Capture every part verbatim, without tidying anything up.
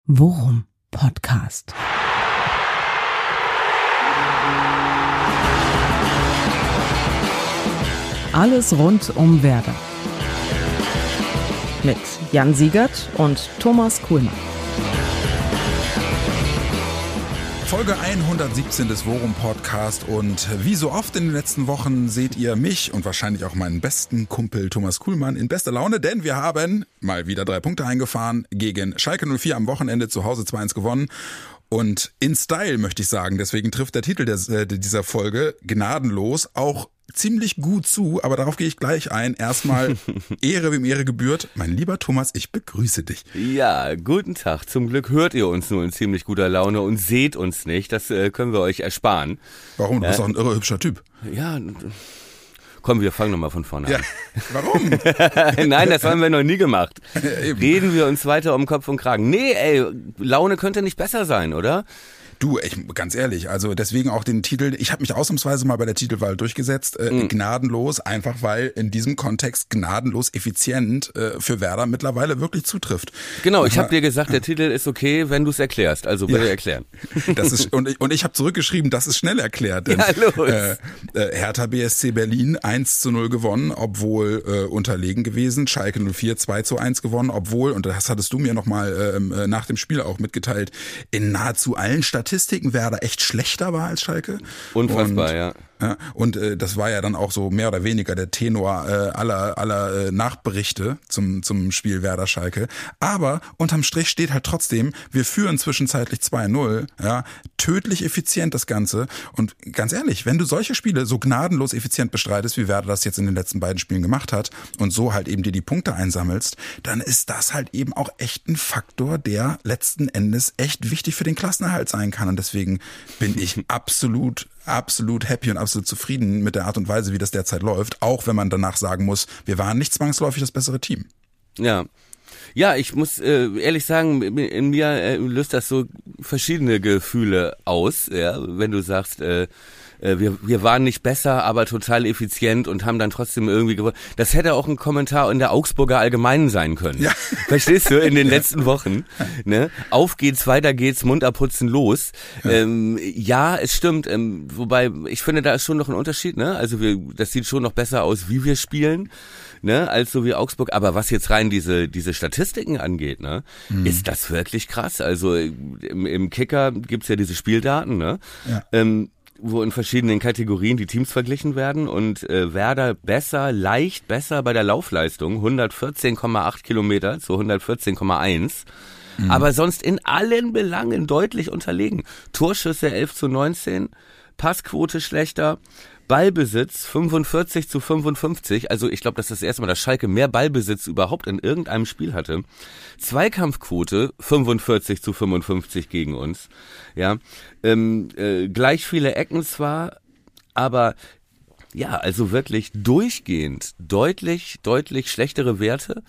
Worum Podcast. Alles rund um Werder. Mit Jan Siegert und Thomas Kuhlmann. Folge hundertsiebzehn des Worum Podcast, und wie so oft in den letzten Wochen seht ihr mich und wahrscheinlich auch meinen besten Kumpel Thomas Kuhlmann in bester Laune, denn wir haben mal wieder drei Punkte eingefahren gegen Schalke null vier am Wochenende, zu Hause zwei eins gewonnen. Und in Style, möchte ich sagen, deswegen trifft der Titel des, äh, dieser Folge gnadenlos auch ziemlich gut zu, aber darauf gehe ich gleich ein. Erstmal Ehre, wem Ehre gebührt. Mein lieber Thomas, ich begrüße dich. Ja, guten Tag. Zum Glück hört ihr uns nur in ziemlich guter Laune und seht uns nicht. Das äh, können wir euch ersparen. Warum? Du äh, bist doch ein irre hübscher Typ. Ja, komm, wir fangen nochmal von vorne ja. an. Warum? Nein, das haben wir noch nie gemacht. Ja, Reden wir uns weiter um Kopf und Kragen. Nee, ey, Laune könnte nicht besser sein, oder? Du, ich, ganz ehrlich, also deswegen auch den Titel, ich habe mich ausnahmsweise mal bei der Titelwahl durchgesetzt, äh, mhm. gnadenlos, einfach weil in diesem Kontext gnadenlos effizient äh, für Werder mittlerweile wirklich zutrifft. Genau, ich habe dir gesagt, der Titel ist okay, wenn du es erklärst, also bitte ja. erklären. Das ist, und ich, und ich habe zurückgeschrieben, das ist schnell erklärt, denn ja, los. Äh, äh, Hertha B S C Berlin eins zu null gewonnen, obwohl äh, unterlegen gewesen, Schalke null vier zwei zu eins gewonnen, obwohl, und das hattest du mir nochmal äh, nach dem Spiel auch mitgeteilt, in nahezu allen Statistiken Statistiken Werder echt schlechter war als Schalke. Unfassbar, und, ja. ja. Und äh, das war ja dann auch so mehr oder weniger der Tenor äh, aller aller äh, Nachberichte zum zum Spiel Werder-Schalke. Aber unterm Strich steht halt trotzdem, wir führen zwischenzeitlich zwei null, ja, tödlich effizient das Ganze. Und ganz ehrlich, wenn du solche Spiele so gnadenlos effizient bestreitest, wie Werder das jetzt in den letzten beiden Spielen gemacht hat, und so halt eben dir die Punkte einsammelst, dann ist das halt eben auch echt ein Faktor, der letzten Endes echt wichtig für den Klassenerhalt sein kann. Und deswegen bin ich absolut, absolut happy und absolut zufrieden mit der Art und Weise, wie das derzeit läuft. Auch wenn man danach sagen muss, wir waren nicht zwangsläufig das bessere Team. Ja. Ja, ich muss äh, ehrlich sagen, in mir äh, löst das so verschiedene Gefühle aus, ja, wenn du sagst, äh, Wir, wir waren nicht besser, aber total effizient und haben dann trotzdem irgendwie gewonnen. Das hätte auch ein Kommentar in der Augsburger Allgemeinen sein können. Ja. Verstehst du? In den letzten Wochen. Ne? Auf geht's, weiter geht's, Mund abputzen, los. Ja, ähm, ja es stimmt. Ähm, wobei, ich finde, da ist schon noch ein Unterschied. Ne? Also wir, das sieht schon noch besser aus, wie wir spielen, ne, als so wie Augsburg. Aber was jetzt rein diese diese Statistiken angeht, ne, mhm. ist das wirklich krass. Also im, im Kicker gibt's ja diese Spieldaten, ne? Ja. Ähm, wo in verschiedenen Kategorien die Teams verglichen werden, und äh, Werder besser, leicht besser bei der Laufleistung, hundertvierzehn Komma acht Kilometer zu hundertvierzehn Komma eins, mhm. aber sonst in allen Belangen deutlich unterlegen. Torschüsse elf zu neunzehn, Passquote schlechter, Ballbesitz fünfundvierzig zu fünfundfünfzig, also ich glaube, das ist das erste Mal, dass Schalke mehr Ballbesitz überhaupt in irgendeinem Spiel hatte. Zweikampfquote fünfundvierzig zu fünfundfünfzig gegen uns, ja, ähm, äh, gleich viele Ecken zwar, aber ja, also wirklich durchgehend deutlich, deutlich schlechtere Werte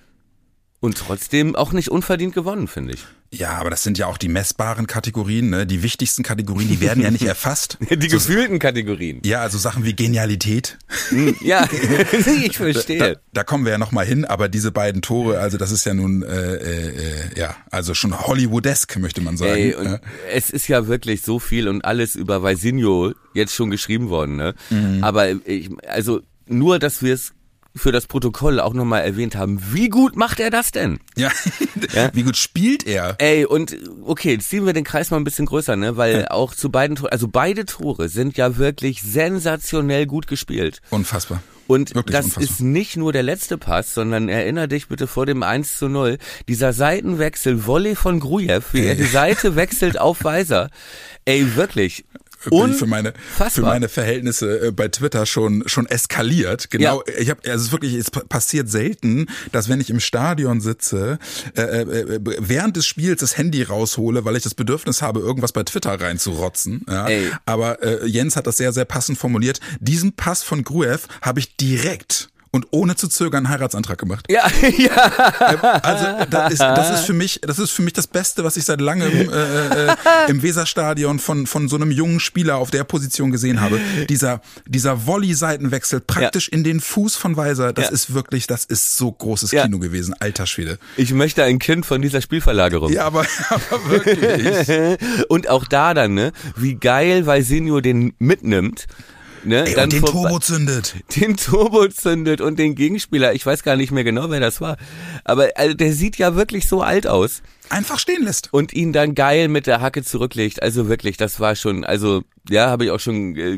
und trotzdem auch nicht unverdient gewonnen, finde ich. Ja, aber das sind ja auch die messbaren Kategorien, ne? Die wichtigsten Kategorien, die werden ja nicht erfasst. Die so, gefühlten Kategorien. Ja, also Sachen wie Genialität. Ja, ich verstehe. Da, da kommen wir ja nochmal hin, aber diese beiden Tore, also das ist ja nun, äh, äh, ja, also schon Hollywoodesk, möchte man sagen. Ey, und ja. Es ist ja wirklich so viel und alles über Weisinho jetzt schon geschrieben worden, ne? Mhm. Aber ich, also nur, dass wir es für das Protokoll auch nochmal erwähnt haben, wie gut macht er das denn? Ja, ja? Wie gut spielt er? Ey, und okay, jetzt ziehen wir den Kreis mal ein bisschen größer, ne, weil ja. auch zu beiden Toren, also beide Tore sind ja wirklich sensationell gut gespielt. Unfassbar. Und wirklich das unfassbar. ist nicht nur der letzte Pass, sondern erinnere dich bitte vor dem eins zu null, dieser Seitenwechsel, Volley von Grujew, wie Ey. er die Seite wechselt auf Weiser. Ey, wirklich. Bin ich für meine für meine Verhältnisse bei Twitter schon schon eskaliert. Genau, ja. ich habe also es ist wirklich es passiert selten, dass wenn ich im Stadion sitze, äh, äh, während des Spiels das Handy raushole, weil ich das Bedürfnis habe, irgendwas bei Twitter reinzurotzen. Ja. Aber äh, Jens hat das sehr sehr passend formuliert. Diesen Pass von Grujew habe ich direkt und ohne zu zögern einen Heiratsantrag gemacht. Ja, ja. Also das ist, das ist für mich, das ist für mich das Beste, was ich seit langem äh, äh, im Weserstadion von von so einem jungen Spieler auf der Position gesehen habe. Dieser dieser Volley-Seitenwechsel praktisch ja. in den Fuß von Weiser, das ja. ist wirklich, das ist so großes Kino ja. gewesen, alter Schwede. Ich möchte ein Kind von dieser Spielverlagerung. Ja, aber, aber wirklich. Und auch da dann, ne, wie geil Weisinho den mitnimmt. Ne, Ey, dann und den vor, Turbo zündet. Den Turbo zündet und den Gegenspieler, ich weiß gar nicht mehr genau, wer das war, aber also, der sieht ja wirklich so alt aus. Einfach stehen lässt. Und ihn dann geil mit der Hacke zurücklegt, also wirklich, das war schon, also ja, habe ich auch schon äh,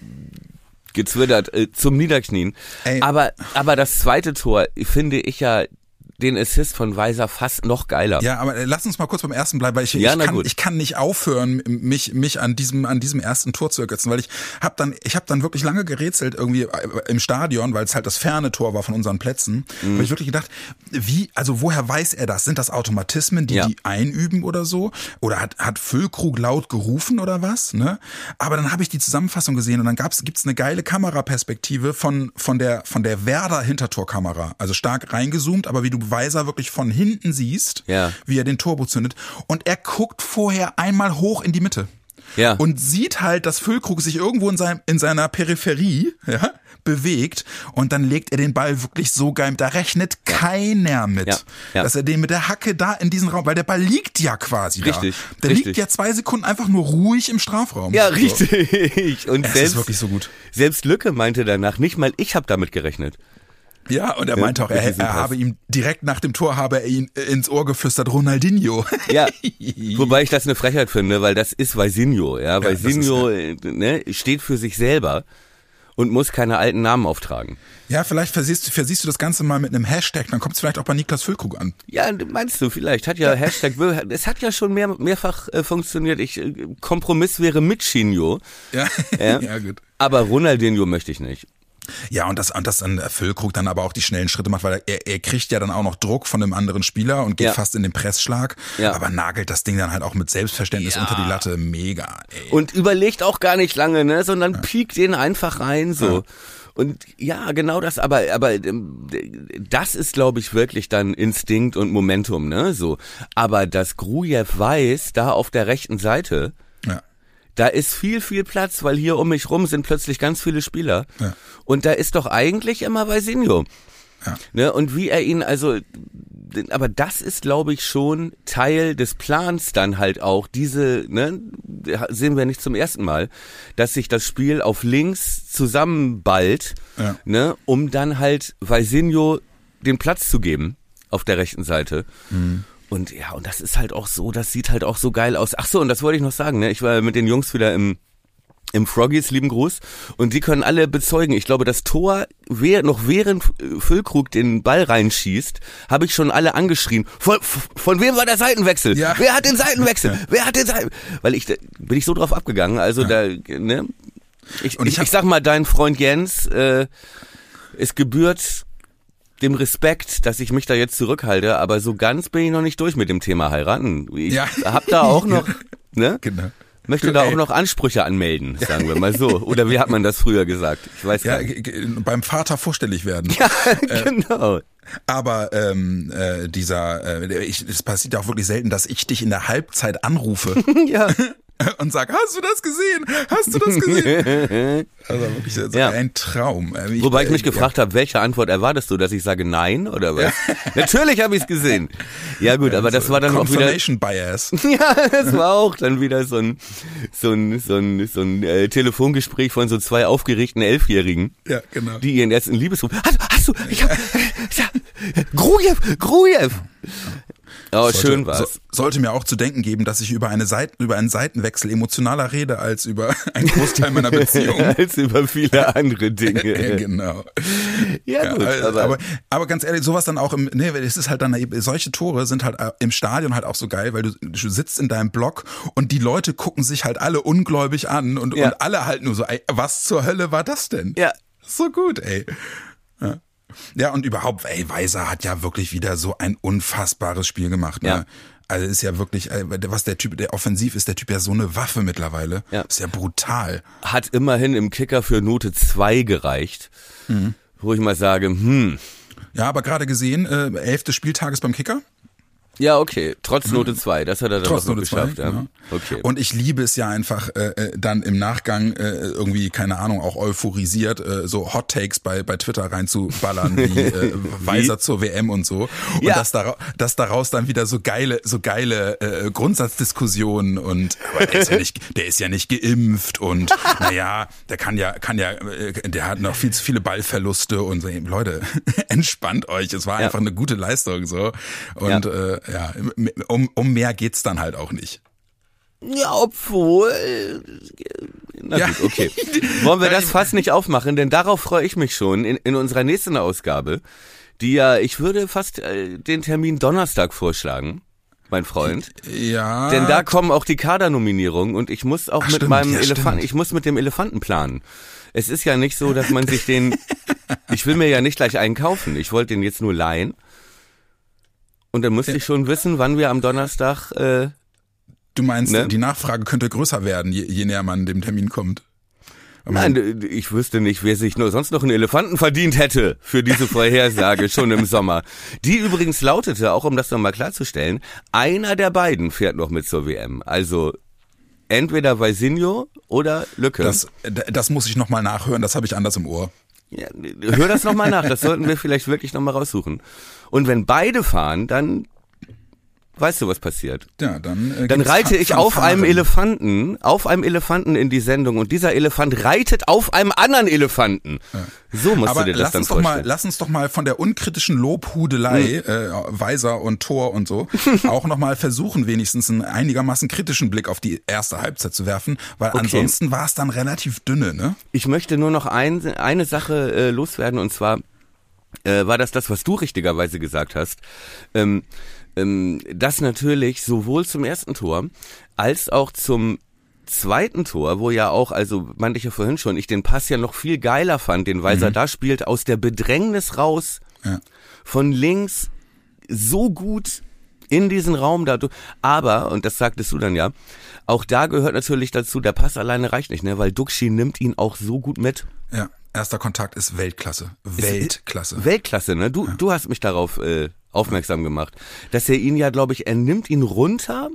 gezwittert, äh, zum Niederknien. Ey. Aber aber das zweite Tor finde ich ja den Assist von Weiser fast noch geiler. Ja, aber lass uns mal kurz beim ersten bleiben, weil ich, ja, ich, kann, ich kann nicht aufhören, mich mich an diesem an diesem ersten Tor zu ergötzen, weil ich habe dann ich habe dann wirklich lange gerätselt irgendwie im Stadion, weil es halt das ferne Tor war von unseren Plätzen. Mhm. Habe ich wirklich gedacht, wie, also woher weiß er das? Sind das Automatismen, die ja. die einüben oder so? Oder hat hat Füllkrug laut gerufen oder was? Ne? Aber dann habe ich die Zusammenfassung gesehen und dann gab's gibt's eine geile Kameraperspektive von von der von der Werder Hintertorkamera, also stark reingezoomt, aber wie du Weiser wirklich von hinten siehst, ja. wie er den Turbo zündet. Und er guckt vorher einmal hoch in die Mitte. Ja. Und sieht halt, dass Füllkrug sich irgendwo in, seinem, in seiner Peripherie ja, bewegt. Und dann legt er den Ball wirklich so geil. Da rechnet keiner mit, ja. Ja. dass er den mit der Hacke da in diesen Raum, weil der Ball liegt ja quasi richtig, da. Der richtig. liegt ja zwei Sekunden einfach nur ruhig im Strafraum. Ja, richtig. So. Und es selbst, ist wirklich so gut. Selbst Lücke meinte danach, nicht mal ich habe damit gerechnet. Ja, und er meinte auch, er, er habe ihm direkt nach dem Tor habe er ihn ins Ohr geflüstert, Ronaldinho. Ja, wobei ich das eine Frechheit finde, weil das ist Weisinho. Ja, Weisinho ja, ne, steht für sich selber und muss keine alten Namen auftragen. Ja, vielleicht versiehst, versiehst du das Ganze mal mit einem Hashtag, dann kommt es vielleicht auch bei Niklas Füllkrug an. Ja, meinst du, vielleicht hat ja Hashtag, es hat ja schon mehr, mehrfach äh, funktioniert. Ich, Kompromiss wäre mit Chinho. Ja. Ja. Ja, gut. Aber Ronaldinho möchte ich nicht. Ja, und das, und das dann Füllkrug dann aber auch die schnellen Schritte macht, weil er, er kriegt ja dann auch noch Druck von einem anderen Spieler und geht ja. fast in den Pressschlag, ja. aber nagelt das Ding dann halt auch mit Selbstverständnis ja. unter die Latte, mega. Ey. Und überlegt auch gar nicht lange, ne, sondern ja. piekt den einfach rein, so. Ja. Und ja, genau das, aber aber das ist, glaube ich, wirklich dann Instinkt und Momentum, ne, so. Aber dass Grujew weiß, da auf der rechten Seite, ja. da ist viel, viel Platz, weil hier um mich rum sind plötzlich ganz viele Spieler. Ja. Und da ist doch eigentlich immer Weisinho. Ja. Ne, und wie er ihn, also, aber das ist, glaube ich, schon Teil des Plans dann halt auch, diese, ne, sehen wir nicht zum ersten Mal, dass sich das Spiel auf links zusammenballt, ja. ne, um dann halt Weisinho den Platz zu geben auf der rechten Seite. Mhm. Und ja, und das ist halt auch so, das sieht halt auch so geil aus. Ach so, und das wollte ich noch sagen, ne? Ich war mit den Jungs wieder im im Froggies, lieben Gruß, und die können alle bezeugen, ich glaube, das Tor, wer, noch während Füllkrug den Ball reinschießt, habe ich schon alle angeschrien. Von, von wem war der Seitenwechsel? Ja. Wer hat den Seitenwechsel? Ja. Wer hat den Seitenwechsel? Weil ich, da bin ich so drauf abgegangen, also ja. da, ne? Ich, und ich, ich, ich sag mal, dein Freund Jens, äh, es gebührt dem Respekt, dass ich mich da jetzt zurückhalte, aber so ganz bin ich noch nicht durch mit dem Thema heiraten. Ich ja. hab da auch noch, ne? Genau. Möchte da auch noch Ansprüche anmelden, sagen wir mal so. Oder wie hat man das früher gesagt? Ich weiß gar nicht. Ja, beim Vater vorstellig werden. Ja, genau. Äh, aber ähm, äh, dieser, äh, ich, es passiert ja auch wirklich selten, dass ich dich in der Halbzeit anrufe. Ja. Und sag, hast du das gesehen? Hast du das gesehen? Also wirklich so ja. ein Traum. Ich, Wobei ich mich äh, gefragt ja. habe, welche Antwort erwartest du, dass ich sage nein oder was? Ja. Natürlich habe ich es gesehen. Ja gut, ja, aber das so war dann auch wieder Confirmation Bias. Ja, das war auch dann wieder so ein so ein so ein so ein äh, Telefongespräch von so zwei aufgeregten Elfjährigen. Ja, genau. Die ihren ersten Liebesruf. Hast, hast du? Ich hab äh, Grujew, Grujew. Oh, sollte, schön war's. So, sollte mir auch zu denken geben, dass ich über eine Seiten, über einen Seitenwechsel emotionaler rede als über einen Großteil meiner Beziehung. Als über viele andere Dinge. Genau. Ja, ja gut. Aber, aber, aber ganz ehrlich, sowas dann auch im, nee, es ist halt dann, solche Tore sind halt im Stadion halt auch so geil, weil du, du sitzt in deinem Block und die Leute gucken sich halt alle ungläubig an und, ja. und alle halt nur so, ey, was zur Hölle war das denn? Ja. So gut, ey. Ja. Ja, und überhaupt, ey, Weiser hat ja wirklich wieder so ein unfassbares Spiel gemacht, ne? Ja. Also ist ja wirklich, was der Typ, der offensiv ist, der Typ ja so eine Waffe mittlerweile. Ja. Ist ja brutal. Hat immerhin im Kicker für Note zwei gereicht. Mhm. wo ich mal sage, hm. Ja, aber gerade gesehen, äh, elf des Spieltages beim Kicker. Ja, okay. Trotz Note zwei, das hat er dann Trotz auch noch Note zwei, geschafft. Ja. genau. Okay. Und ich liebe es ja einfach äh, dann im Nachgang äh, irgendwie, keine Ahnung, auch euphorisiert, äh, so Hot Takes bei bei Twitter reinzuballern, wie äh, Weiser zur W M und so. Und Ja. dass, dara- dass daraus dann wieder so geile, so geile äh, Grundsatzdiskussionen und aber der ist ja nicht, der ist ja nicht geimpft und naja, der kann ja, kann ja, äh, der hat noch viel zu viele Ballverluste und so. Leute, entspannt euch, es war Ja. einfach eine gute Leistung so. Und Ja. äh, ja, um, um mehr geht's dann halt auch nicht. Ja, obwohl. Na Ja. gut, okay. Wollen wir das fast nicht aufmachen, denn darauf freue ich mich schon in, in unserer nächsten Ausgabe, die ja, ich würde fast äh, den Termin Donnerstag vorschlagen, mein Freund. Ja. Denn da kommen auch die Kadernominierungen und ich muss auch Ach, mit stimmt, meinem ja, Elefanten, stimmt. ich muss mit dem Elefanten planen. Es ist ja nicht so, dass man sich den, ich will mir ja nicht gleich einen kaufen, ich wollte den jetzt nur leihen. Und dann musste ich schon wissen, wann wir am Donnerstag, äh, Du meinst, Ne? die Nachfrage könnte größer werden, je, je näher man dem Termin kommt. Aber nein, ich wüsste nicht, wer sich nur sonst noch einen Elefanten verdient hätte für diese Vorhersage schon im Sommer. Die übrigens lautete, auch um das nochmal klarzustellen, einer der beiden fährt noch mit zur W M. Also entweder Valsinho oder Lücke. Das, das muss ich nochmal nachhören, das habe ich anders im Ohr. Ja, hör das nochmal nach, das sollten wir vielleicht wirklich nochmal raussuchen. Und wenn beide fahren, dann weißt du, was passiert. Ja, dann äh, Dann gibt's reite Fan- ich auf Fanfaren. einem Elefanten, auf einem Elefanten in die Sendung und dieser Elefant reitet auf einem anderen Elefanten. So musst Aber du dir das lass dann uns doch mal, vorstellen. lass uns doch mal von der unkritischen Lobhudelei, Hm. äh, Weiser und Tor und so, auch nochmal versuchen, wenigstens einen einigermaßen kritischen Blick auf die erste Halbzeit zu werfen, weil Okay. ansonsten war es dann relativ dünne, ne? Ich möchte nur noch ein, eine Sache äh, loswerden und zwar äh, war das das, was du richtigerweise gesagt hast, ähm, ähm, dass natürlich sowohl zum ersten Tor als auch zum zweiten Tor, wo ja auch, also meinte ich ja vorhin schon, ich den Pass ja noch viel geiler fand, den Weiser Mhm. da spielt, aus der Bedrängnis raus, Ja. von links so gut in diesen Raum da. Aber, und das sagtest du dann ja, auch da gehört natürlich dazu, der Pass alleine reicht nicht, ne, weil Duxi nimmt ihn auch so gut mit. Ja, erster Kontakt ist Weltklasse. Weltklasse. Weltklasse, ne? Du, du hast mich darauf äh, aufmerksam gemacht, dass er ihn ja, glaube ich, er nimmt ihn runter.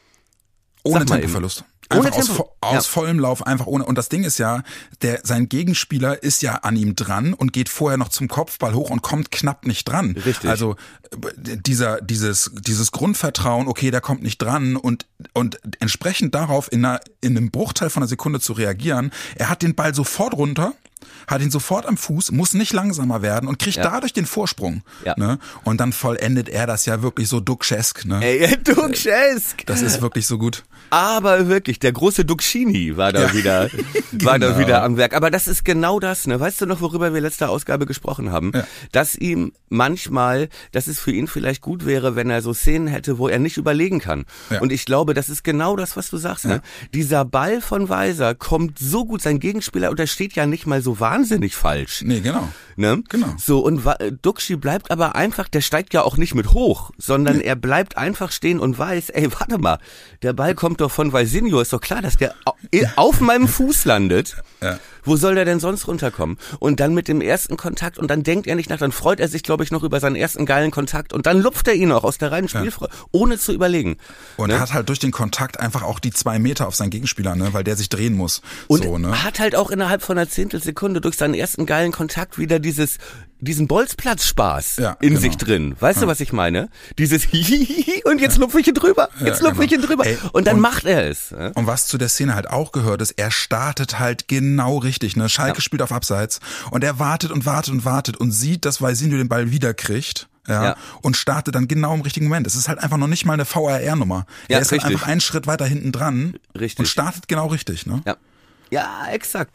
Ohne Sag mal eben. Tempoverlust. Ohne Einfach aus, Tempo. vo- aus Ja. vollem Lauf, einfach ohne. Und das Ding ist ja, der, sein Gegenspieler ist ja an ihm dran und geht vorher noch zum Kopfball hoch und kommt knapp nicht dran. Richtig. Also äh, dieser, dieses, dieses Grundvertrauen, okay, der kommt nicht dran und, und entsprechend darauf in, einer, in einem Bruchteil von einer Sekunde zu reagieren, er hat den Ball sofort runter, hat ihn sofort am Fuß, muss nicht langsamer werden und kriegt Ja. dadurch den Vorsprung. Ja. Ne? Und dann vollendet er das ja wirklich so Duxesk. Ne? Ey, Duxesk! Das ist wirklich so gut. Aber wirklich, der große Duxini war da Ja. wieder, war da Genau. wieder am Werk. Aber das ist genau das, ne? Weißt du noch, worüber wir letzte Ausgabe gesprochen haben? Ja. Dass ihm manchmal, dass es für ihn vielleicht gut wäre, wenn er so Szenen hätte, wo er nicht überlegen kann. Ja. Und ich glaube, das ist genau das, was du sagst, ne? Ja. Dieser Ball von Weiser kommt so gut, sein Gegenspieler, und der steht ja nicht mal so wahnsinnig falsch. Nee, genau. Ne? Genau. So, und Wa- Duxi bleibt aber einfach, der steigt ja auch nicht mit hoch, sondern er bleibt einfach stehen und weiß, ey, warte mal, der Ball kommt doch von Valsinho, ist doch klar, dass der au- auf meinem Fuß landet. Ja. Wo soll der denn sonst runterkommen? Und dann mit dem ersten Kontakt, und dann denkt er nicht nach, dann freut er sich, glaube ich, noch über seinen ersten geilen Kontakt, und dann lupft er ihn auch aus der reinen Spielfreude, ohne zu überlegen. Und Ne? hat halt durch den Kontakt einfach auch die zwei Meter auf seinen Gegenspieler, ne, weil der sich drehen muss. Und so, ne? hat halt auch innerhalb von einer Zehntelsekunde durch seinen ersten geilen Kontakt wieder dieses, diesen Bolzplatz-Spaß Ja, in genau. sich drin. Weißt du, was ich meine? Dieses Hihihihi und jetzt lupfe ich ihn drüber, jetzt Ja, lupfe ich ihn genau. drüber. Ey, und dann und- macht er es. Ja? Und was zu der Szene halt auch gehört ist, er startet halt genau richtig, ne? Schalke Ja. spielt auf Abseits und er wartet und wartet und wartet und sieht, dass Valsinho den Ball wieder kriegt. Ja, Ja. und startet dann genau im richtigen Moment. Es ist halt einfach noch nicht mal eine V R R-Nummer. Ja, er ist halt richtig. einfach einen Schritt weiter hinten dran Richtig. und startet genau richtig, ne? Ja. Ja, exakt.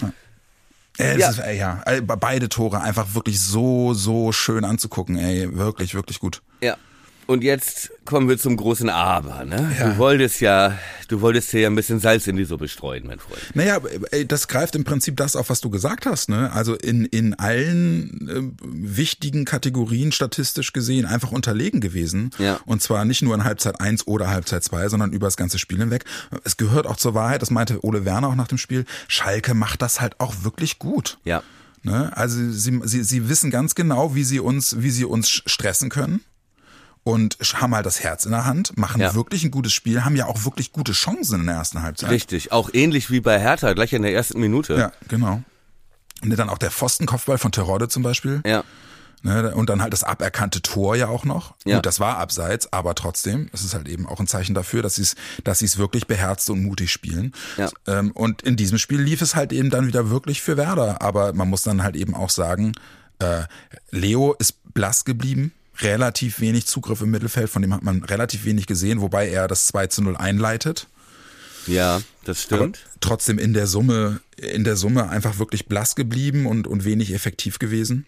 Äh, es Ja. Ist, ey, ja, äh, beide Tore einfach wirklich so, so schön anzugucken, ey, wirklich, wirklich gut. Ja. Und jetzt kommen wir zum großen Aber, ne? Du wolltest ja, du wolltest hier ja ein bisschen Salz in die Suppe streuen, mein Freund. Naja, ey, das greift im Prinzip das auf, was du gesagt hast, ne? Also in, in allen äh, wichtigen Kategorien statistisch gesehen einfach unterlegen gewesen. Ja. Und zwar nicht nur in Halbzeit eins oder Halbzeit zwei, sondern über das ganze Spiel hinweg. Es gehört auch zur Wahrheit, das meinte Ole Werner auch nach dem Spiel, Schalke macht das halt auch wirklich gut. Ja. Ne? Also sie, sie, sie wissen ganz genau, wie sie uns, wie sie uns stressen können. Und haben halt das Herz in der Hand, machen ja. wirklich ein gutes Spiel, haben ja auch wirklich gute Chancen in der ersten Halbzeit. Richtig, auch ähnlich wie bei Hertha, gleich in der ersten Minute. Ja, genau. Und dann auch der Pfostenkopfball von Terodde zum Beispiel. Ja. Und dann halt das aberkannte Tor ja auch noch. Ja. Gut, das war abseits, aber trotzdem, es ist halt eben auch ein Zeichen dafür, dass sie es, dass sie es wirklich beherzt und mutig spielen. Ja. Und in diesem Spiel lief es halt eben dann wieder wirklich für Werder. Aber man muss dann halt eben auch sagen, äh, Leo ist blass geblieben. Relativ wenig Zugriff im Mittelfeld, von dem hat man relativ wenig gesehen, wobei er das zwei zu null einleitet. Ja, das stimmt. Aber trotzdem in der Summe, in der Summe einfach wirklich blass geblieben und, und wenig effektiv gewesen.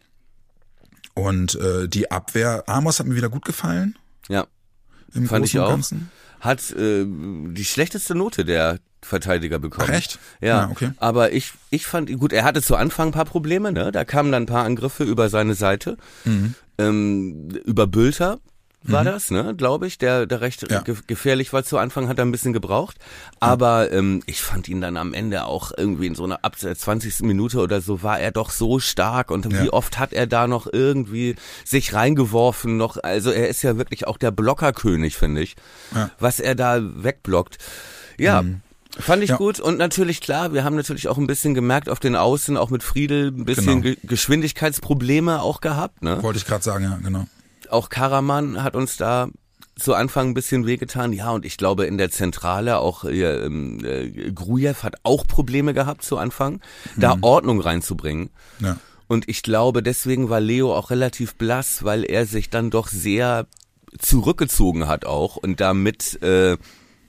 Und äh, die Abwehr, Amos hat mir wieder gut gefallen. Ja, im fand Großen ich auch. und Ganzen. Hat äh, die schlechteste Note der Verteidiger bekommen. Ach, echt? Ja, ja, okay. Aber ich ich fand, gut, er hatte zu Anfang ein paar Probleme, ne? Da kamen dann ein paar Angriffe über seine Seite. Mhm. Ähm, über Bülter war mhm. das, ne, glaube ich, der der recht ja. ge- gefährlich war zu Anfang, hat er ein bisschen gebraucht. Aber ähm, ich fand ihn dann am Ende auch irgendwie in so einer ab der zwanzigsten Minute oder so war er doch so stark und ja. wie oft hat er da noch irgendwie sich reingeworfen noch, also er ist ja wirklich auch der Blockerkönig, finde ich, ja. was er da wegblockt. Ja, mhm. Fand ich ja. gut und natürlich klar, wir haben natürlich auch ein bisschen gemerkt auf den Außen, auch mit Friedel, ein bisschen genau. Ge- Geschwindigkeitsprobleme auch gehabt, ne? Wollte ich gerade sagen, ja, genau. Auch Karaman hat uns da zu Anfang ein bisschen wehgetan, ja, und ich glaube in der Zentrale auch äh, äh, Grujew hat auch Probleme gehabt zu Anfang, mhm. da Ordnung reinzubringen. Ja. Und ich glaube, deswegen war Leo auch relativ blass, weil er sich dann doch sehr zurückgezogen hat auch und damit äh,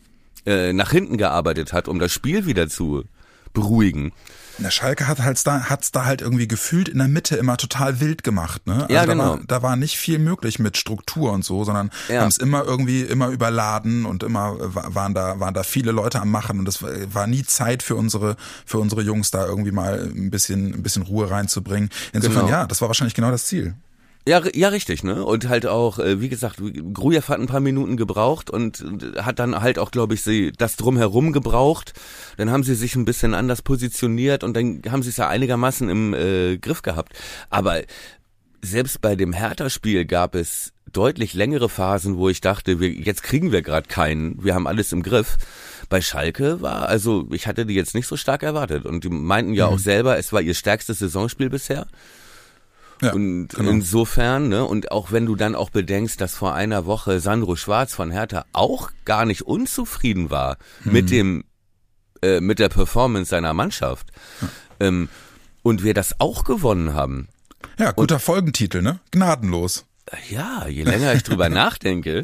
nach hinten gearbeitet hat, um das Spiel wieder zu beruhigen. Der Schalke hat halt da, hat's da halt irgendwie gefühlt in der Mitte immer total wild gemacht, ne? Also ja, da genau. war, da war nicht viel möglich mit Struktur und so, sondern ja. haben es immer irgendwie immer überladen und immer waren da waren da viele Leute am Machen und es war nie Zeit für unsere für unsere Jungs da irgendwie mal ein bisschen ein bisschen Ruhe reinzubringen. Insofern genau. ja, das war wahrscheinlich genau das Ziel. Ja, ja, richtig, ne? Und halt auch, wie gesagt, Grujew hat ein paar Minuten gebraucht und hat dann halt auch, glaube ich, sie das drumherum gebraucht. Dann haben sie sich ein bisschen anders positioniert und dann haben sie es ja einigermaßen im äh, Griff gehabt. Aber selbst bei dem Hertha-Spiel gab es deutlich längere Phasen, wo ich dachte, wir, jetzt kriegen wir gerade keinen, wir haben alles im Griff. Bei Schalke war, also ich hatte die jetzt nicht so stark erwartet und die meinten ja mhm. auch selber, es war ihr stärkstes Saisonspiel bisher. Ja, und genau. Insofern, ne, und auch wenn du dann auch bedenkst, dass vor einer Woche Sandro Schwarz von Hertha auch gar nicht unzufrieden war hm. mit dem, äh, mit der Performance seiner Mannschaft, ja. ähm, und wir das auch gewonnen haben. Ja, guter und, Folgentitel, ne? Gnadenlos. Ja, je länger ich drüber nachdenke,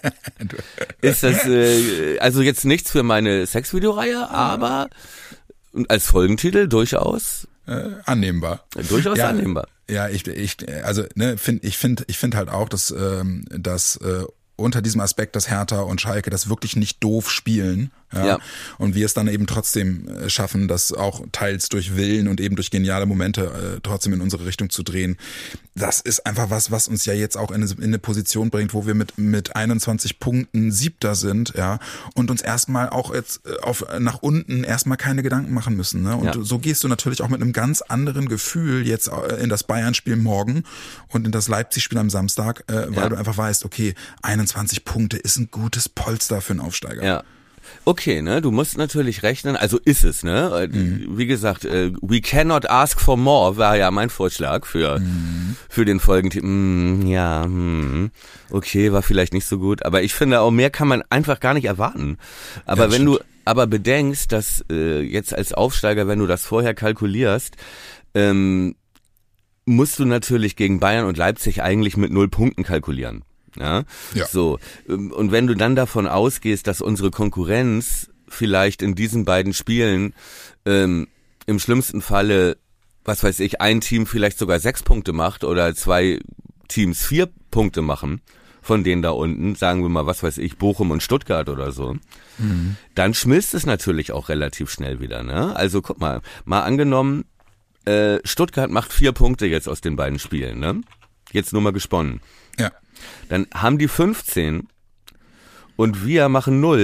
ist das, äh, also jetzt nichts für meine Sexvideoreihe, aber als Folgentitel durchaus äh, annehmbar. Durchaus ja, annehmbar. Ja, ich, ich, also ne, find, ich finde, ich finde halt auch, dass, ähm, dass äh, unter diesem Aspekt, dass Hertha und Schalke das wirklich nicht doof spielen. Ja, ja. Und wir es dann eben trotzdem schaffen, das auch teils durch Willen und eben durch geniale Momente äh, trotzdem in unsere Richtung zu drehen. Das ist einfach was, was uns ja jetzt auch in eine, in eine Position bringt, wo wir mit mit einundzwanzig Punkten Siebter sind, ja, und uns erstmal auch jetzt auf nach unten erstmal keine Gedanken machen müssen. Ne? Und ja. so gehst du natürlich auch mit einem ganz anderen Gefühl jetzt in das Bayern-Spiel morgen und in das Leipzig-Spiel am Samstag, äh, weil ja. du einfach weißt, okay, einundzwanzig Punkte ist ein gutes Polster für einen Aufsteiger. Ja. Okay, ne, du musst natürlich rechnen, also ist es, ne, mhm. wie gesagt, uh, we cannot ask for more war ja mein Vorschlag für mhm. für den Folgentitel. Mm, ja, mm, okay, war vielleicht nicht so gut, aber ich finde auch mehr kann man einfach gar nicht erwarten. Aber ja, wenn stimmt. du aber bedenkst, dass äh, jetzt als Aufsteiger, wenn du das vorher kalkulierst, ähm, musst du natürlich gegen Bayern und Leipzig eigentlich mit null Punkten kalkulieren. Ja? ja, so. Und wenn du dann davon ausgehst, dass unsere Konkurrenz vielleicht in diesen beiden Spielen ähm, im schlimmsten Falle, was weiß ich, ein Team vielleicht sogar sechs Punkte macht oder zwei Teams vier Punkte machen, von denen da unten, sagen wir mal, was weiß ich, Bochum und Stuttgart oder so, mhm. dann schmilzt es natürlich auch relativ schnell wieder. Ne? Also guck mal, mal angenommen, äh, Stuttgart macht vier Punkte jetzt aus den beiden Spielen, ne? Jetzt nur mal gesponnen. Ja. Dann haben die fünfzehn und wir machen null,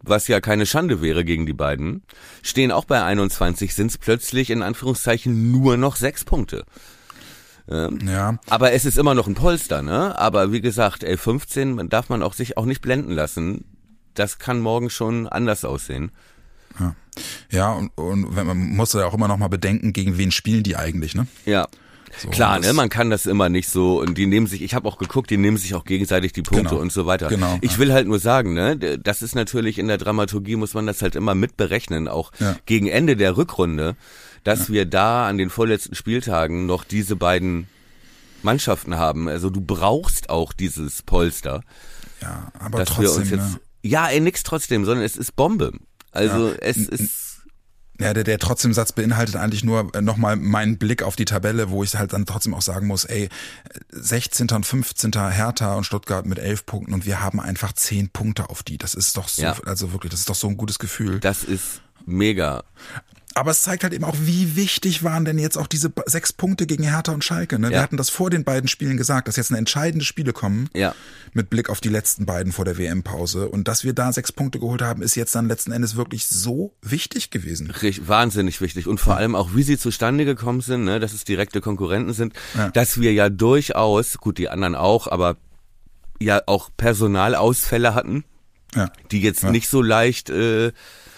was ja keine Schande wäre gegen die beiden, stehen auch bei einundzwanzig, sind es plötzlich in Anführungszeichen nur noch sechs Punkte. Ähm, ja. Aber es ist immer noch ein Polster, ne? Aber wie gesagt, elf fünfzehn darf man auch sich auch nicht blenden lassen. Das kann morgen schon anders aussehen. Ja, ja und, und man muss ja auch immer noch mal bedenken, gegen wen spielen die eigentlich, ne? Ja. So, Klar, ne, man kann das immer nicht so, und die nehmen sich, ich habe auch geguckt, die nehmen sich auch gegenseitig die Punkte genau, und so weiter. Genau, ich ja. will halt nur sagen, ne, das ist natürlich in der Dramaturgie, muss man das halt immer mit berechnen, auch ja. gegen Ende der Rückrunde, dass ja. wir da an den vorletzten Spieltagen noch diese beiden Mannschaften haben. Also du brauchst auch dieses Polster. Ja, aber dass trotzdem, wir uns jetzt, ne? Ja, ey, nix trotzdem, sondern es ist Bombe. Also ja. es ist... Ja, der, der trotzdem Satz beinhaltet eigentlich nur nochmal meinen Blick auf die Tabelle, wo ich halt dann trotzdem auch sagen muss, ey, sechzehnter und fünfzehnter Hertha und Stuttgart mit elf Punkten und wir haben einfach zehn Punkte auf die. Das ist doch so, ja. also wirklich, das ist doch so ein gutes Gefühl. Das ist mega. Aber es zeigt halt eben auch, wie wichtig waren denn jetzt auch diese sechs Punkte gegen Hertha und Schalke. Ne? Ja. Wir hatten das vor den beiden Spielen gesagt, dass jetzt eine entscheidende Spiele kommen, ja. mit Blick auf die letzten beiden vor der W M-Pause. Und dass wir da sechs Punkte geholt haben, ist jetzt dann letzten Endes wirklich so wichtig gewesen. Richtig, wahnsinnig wichtig. Und vor ja. allem auch, wie sie zustande gekommen sind, ne? dass es direkte Konkurrenten sind, ja. dass wir ja durchaus, gut, die anderen auch, aber ja auch Personalausfälle hatten, ja. die jetzt ja. nicht so leicht... Äh,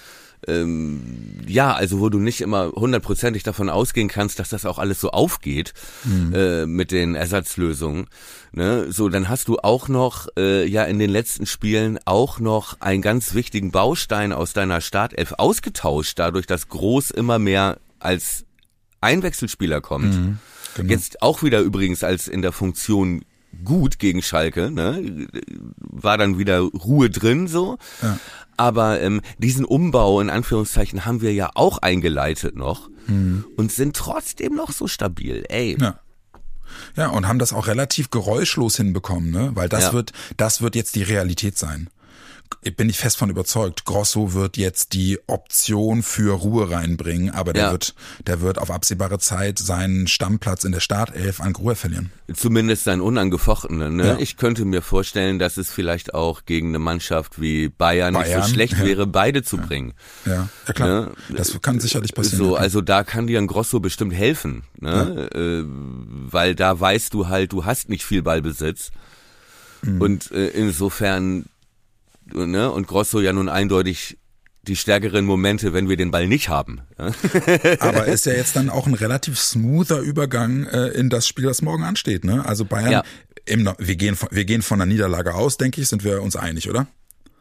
Ähm, ja, also wo du nicht immer hundertprozentig davon ausgehen kannst, dass das auch alles so aufgeht mhm. äh, mit den Ersatzlösungen. Ne? So, dann hast du auch noch äh, ja in den letzten Spielen auch noch einen ganz wichtigen Baustein aus deiner Startelf ausgetauscht, dadurch, dass Groß immer mehr als Einwechselspieler kommt. Mhm, genau. Jetzt auch wieder übrigens als in der Funktion gut gegen Schalke, ne? War dann wieder Ruhe drin so. Ja. Aber ähm, diesen Umbau in Anführungszeichen haben wir ja auch eingeleitet noch mhm. und sind trotzdem noch so stabil. Ey. Ja. Ja, und haben das auch relativ geräuschlos hinbekommen, ne? Weil das ja. wird, das wird jetzt die Realität sein. Bin ich fest von überzeugt. Grosso wird jetzt die Option für Ruhe reinbringen, aber der ja. wird, der wird auf absehbare Zeit seinen Stammplatz in der Startelf an Ruhe verlieren. Zumindest seinen unangefochtenen. Ne? Ja. Ich könnte mir vorstellen, dass es vielleicht auch gegen eine Mannschaft wie Bayern, Bayern nicht so schlecht ja. wäre, beide zu ja. bringen. Ja, ja klar. Ne? Das kann sicherlich passieren. So, ja. also da kann dir ein Grosso bestimmt helfen, ne? Ja. Äh, weil da weißt du halt, du hast nicht viel Ballbesitz mhm. und äh, insofern Ne? Und Grosso ja nun eindeutig die stärkeren Momente, wenn wir den Ball nicht haben. Aber ist ja jetzt dann auch ein relativ smoother Übergang äh, in das Spiel, das morgen ansteht. Ne? Also Bayern, ja. im, wir, gehen von, wir gehen von der Niederlage aus, denke ich, sind wir uns einig, oder?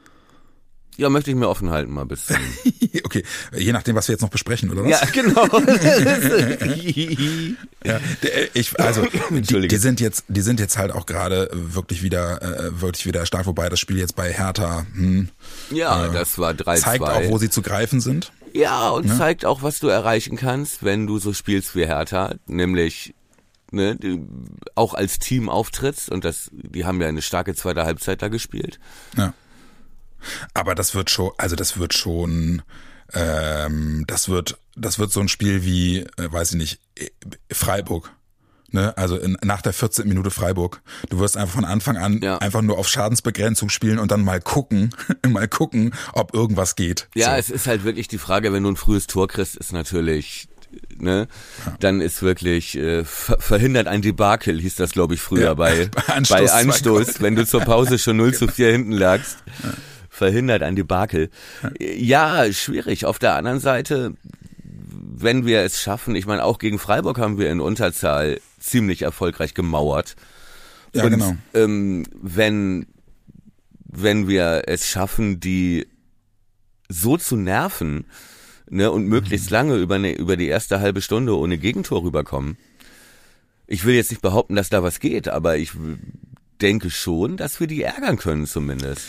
Ja, möchte ich mir offen halten mal bis zum Okay, je nachdem, was wir jetzt noch besprechen, oder was? Ja, genau. ja, ich, also die, die sind jetzt, die sind jetzt halt auch gerade wirklich wieder, äh, wirklich wieder stark, wobei das Spiel jetzt bei Hertha, hm, ja, äh, das war drei zwei. Zeigt auch, wo sie zu greifen sind. Ja, und ja? zeigt auch, was du erreichen kannst, wenn du so spielst wie Hertha, nämlich ne, du auch als Team auftrittst und das, die haben ja eine starke zweite Halbzeit da gespielt. Ja. Aber das wird schon, also das wird schon, ähm, das wird, das wird so ein Spiel wie, äh, weiß ich nicht, Freiburg. Ne? Also in, nach der vierzehnten Minute Freiburg. Du wirst einfach von Anfang an ja. einfach nur auf Schadensbegrenzung spielen und dann mal gucken, mal gucken, ob irgendwas geht. Ja, so. Es ist halt wirklich die Frage, wenn du ein frühes Tor kriegst, ist natürlich, ne, ja. dann ist wirklich äh, ver- verhindert ein Debakel, hieß das, glaube ich, früher ja. bei, bei Anstoß, bei Anstoß wenn du zur Pause schon null zu vier hinten lagst. Ja. Verhindert ein Debakel. Ja, schwierig. Auf der anderen Seite, wenn wir es schaffen, ich meine, auch gegen Freiburg haben wir in Unterzahl ziemlich erfolgreich gemauert. Ja, und, genau. Ähm, wenn, wenn wir es schaffen, die so zu nerven, ne, und möglichst lange über, eine, über die erste halbe Stunde ohne Gegentor rüberkommen. Ich will jetzt nicht behaupten, dass da was geht, aber ich denke schon, dass wir die ärgern können zumindest.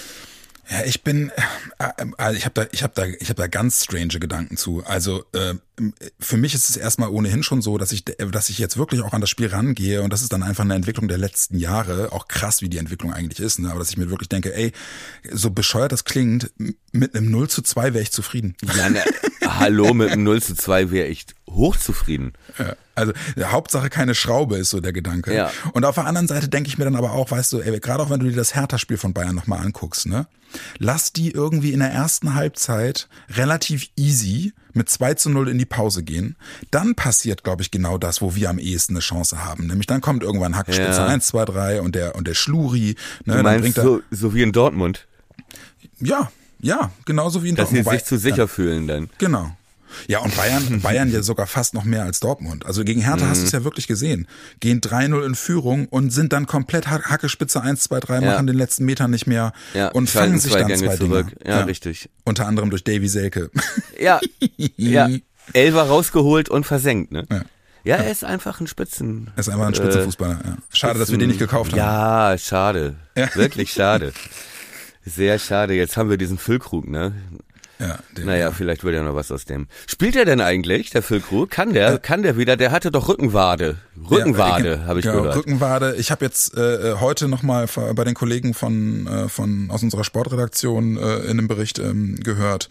Ja, ich bin, also ich habe da, ich habe da, ich habe da ganz strange Gedanken zu. Also äh, für mich ist es erstmal ohnehin schon so, dass ich, dass ich jetzt wirklich auch an das Spiel rangehe und das ist dann einfach eine Entwicklung der letzten Jahre, auch krass, wie die Entwicklung eigentlich ist, ne? Aber dass ich mir wirklich denke, ey, so bescheuert das klingt, mit einem null zu zwei wäre ich zufrieden. Ja, ne, hallo, mit einem null zu zwei wäre ich hochzufrieden. Ja, also Hauptsache keine Schraube ist so der Gedanke. Ja. Und auf der anderen Seite denke ich mir dann aber auch, weißt du, ey, gerade auch wenn du dir das Hertha-Spiel von Bayern nochmal anguckst, ne? Lass die irgendwie in der ersten Halbzeit relativ easy mit zwei zu null in die Pause gehen. Dann passiert, glaube ich, genau das, wo wir am ehesten eine Chance haben. Nämlich dann kommt irgendwann Hackspitze ja. eins, zwei, drei und der, und der Schluri. Ne? Du meinst dann bringt er, so, so wie in Dortmund? Ja, ja, genauso wie in Dass Dortmund. sie sich zu sicher ja. fühlen dann. Genau. Ja, und Bayern, Bayern ja sogar fast noch mehr als Dortmund. Also gegen Hertha mhm. hast du es ja wirklich gesehen. Gehen drei null in Führung und sind dann komplett Hackespitze eins, zwei, drei, ja. machen den letzten Metern nicht mehr ja, und fangen sich dann Gänge zwei zurück. Dinge. Ja, ja, richtig. Unter anderem durch Davy Selke. Ja, ja. Elfer rausgeholt und versenkt, ne? Ja. Ja, er ist einfach ein Spitzen. Er ist einfach ein Spitzenfußballer, ja. Schade, Spitzen, dass wir den nicht gekauft haben. Ja, schade. Ja. Wirklich schade. Sehr schade. Jetzt haben wir diesen Füllkrug, ne? Ja, den, naja, ja. vielleicht wird ja noch was aus dem. Spielt er denn eigentlich, der Füllkrug? Kann der? Ja. Kann der wieder? Der hatte doch Rückenwade. Rückenwade, ja, habe ich genau, gehört. Rückenwade. Ich habe jetzt äh, heute nochmal bei den Kollegen von äh, von aus unserer Sportredaktion äh, in einem Bericht ähm, gehört,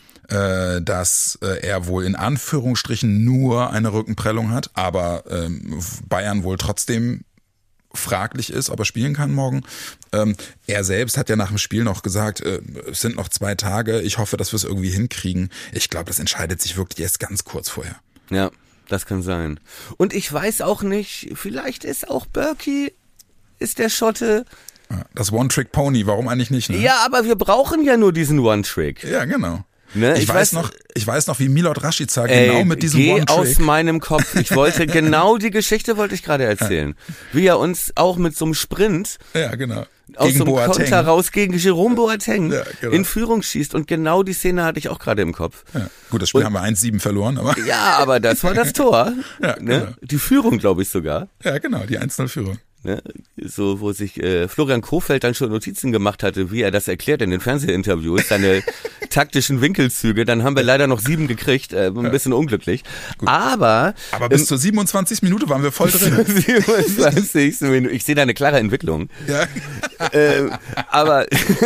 äh, dass äh, er wohl in Anführungsstrichen nur eine Rückenprellung hat, aber ähm, Bayern wohl trotzdem fraglich ist, ob er spielen kann morgen. Ähm, er selbst hat ja nach dem Spiel noch gesagt, äh, es sind noch zwei Tage, ich hoffe, dass wir es irgendwie hinkriegen. Ich glaube, das entscheidet sich wirklich erst ganz kurz vorher. Ja, das kann sein. Und ich weiß auch nicht, vielleicht ist auch Berkey, ist der Schotte. Das One-Trick-Pony, warum eigentlich nicht? Ne? Ja, aber wir brauchen ja nur diesen One-Trick. Ja, genau. Ne, ich, ich weiß, weiß noch, ich weiß noch, wie Milot Rashica genau mit diesem geh One-Trick. aus meinem Kopf. Ich wollte genau die Geschichte wollte ich gerade erzählen, ja. Wie er uns auch mit so einem Sprint, ja genau, aus gegen so einem Boateng. Konter raus gegen Jerome Boateng ja, genau. in Führung schießt und genau die Szene hatte ich auch gerade im Kopf. Ja. Gut, das Spiel und, haben wir eins sieben verloren, aber ja, aber das war das Tor, ja, genau. Ne? Die Führung, glaube ich sogar. Ja, genau, die eins null Führung. Ne, so, wo sich äh, Florian Kohfeldt dann schon Notizen gemacht hatte, wie er das erklärt in den Fernsehinterviews, seine taktischen Winkelzüge, dann haben wir leider noch sieben gekriegt, äh, ein bisschen unglücklich. Gut. Aber aber bis ähm, zur siebenundzwanzigsten Minute waren wir voll drin. siebenundzwanzigsten Minute. Ich sehe da eine klare Entwicklung. Ja. ähm, aber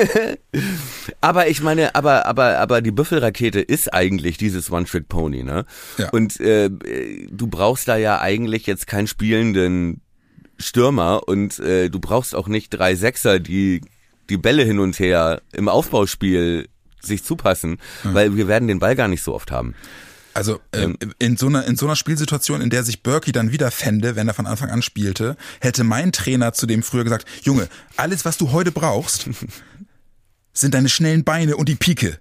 aber ich meine, aber aber aber die Büffelrakete ist eigentlich dieses One-Trick-Pony, ne? Ja. Und äh, du brauchst da ja eigentlich jetzt keinen spielenden Stürmer und äh, du brauchst auch nicht drei Sechser, die die Bälle hin und her im Aufbauspiel sich zupassen, mhm. weil wir werden den Ball gar nicht so oft haben. Also ähm, in so einer in so einer Spielsituation, in der sich Berkey dann wieder fände, wenn er von Anfang an spielte, hätte mein Trainer zu dem früher gesagt, Junge, alles was du heute brauchst, sind deine schnellen Beine und die Pike.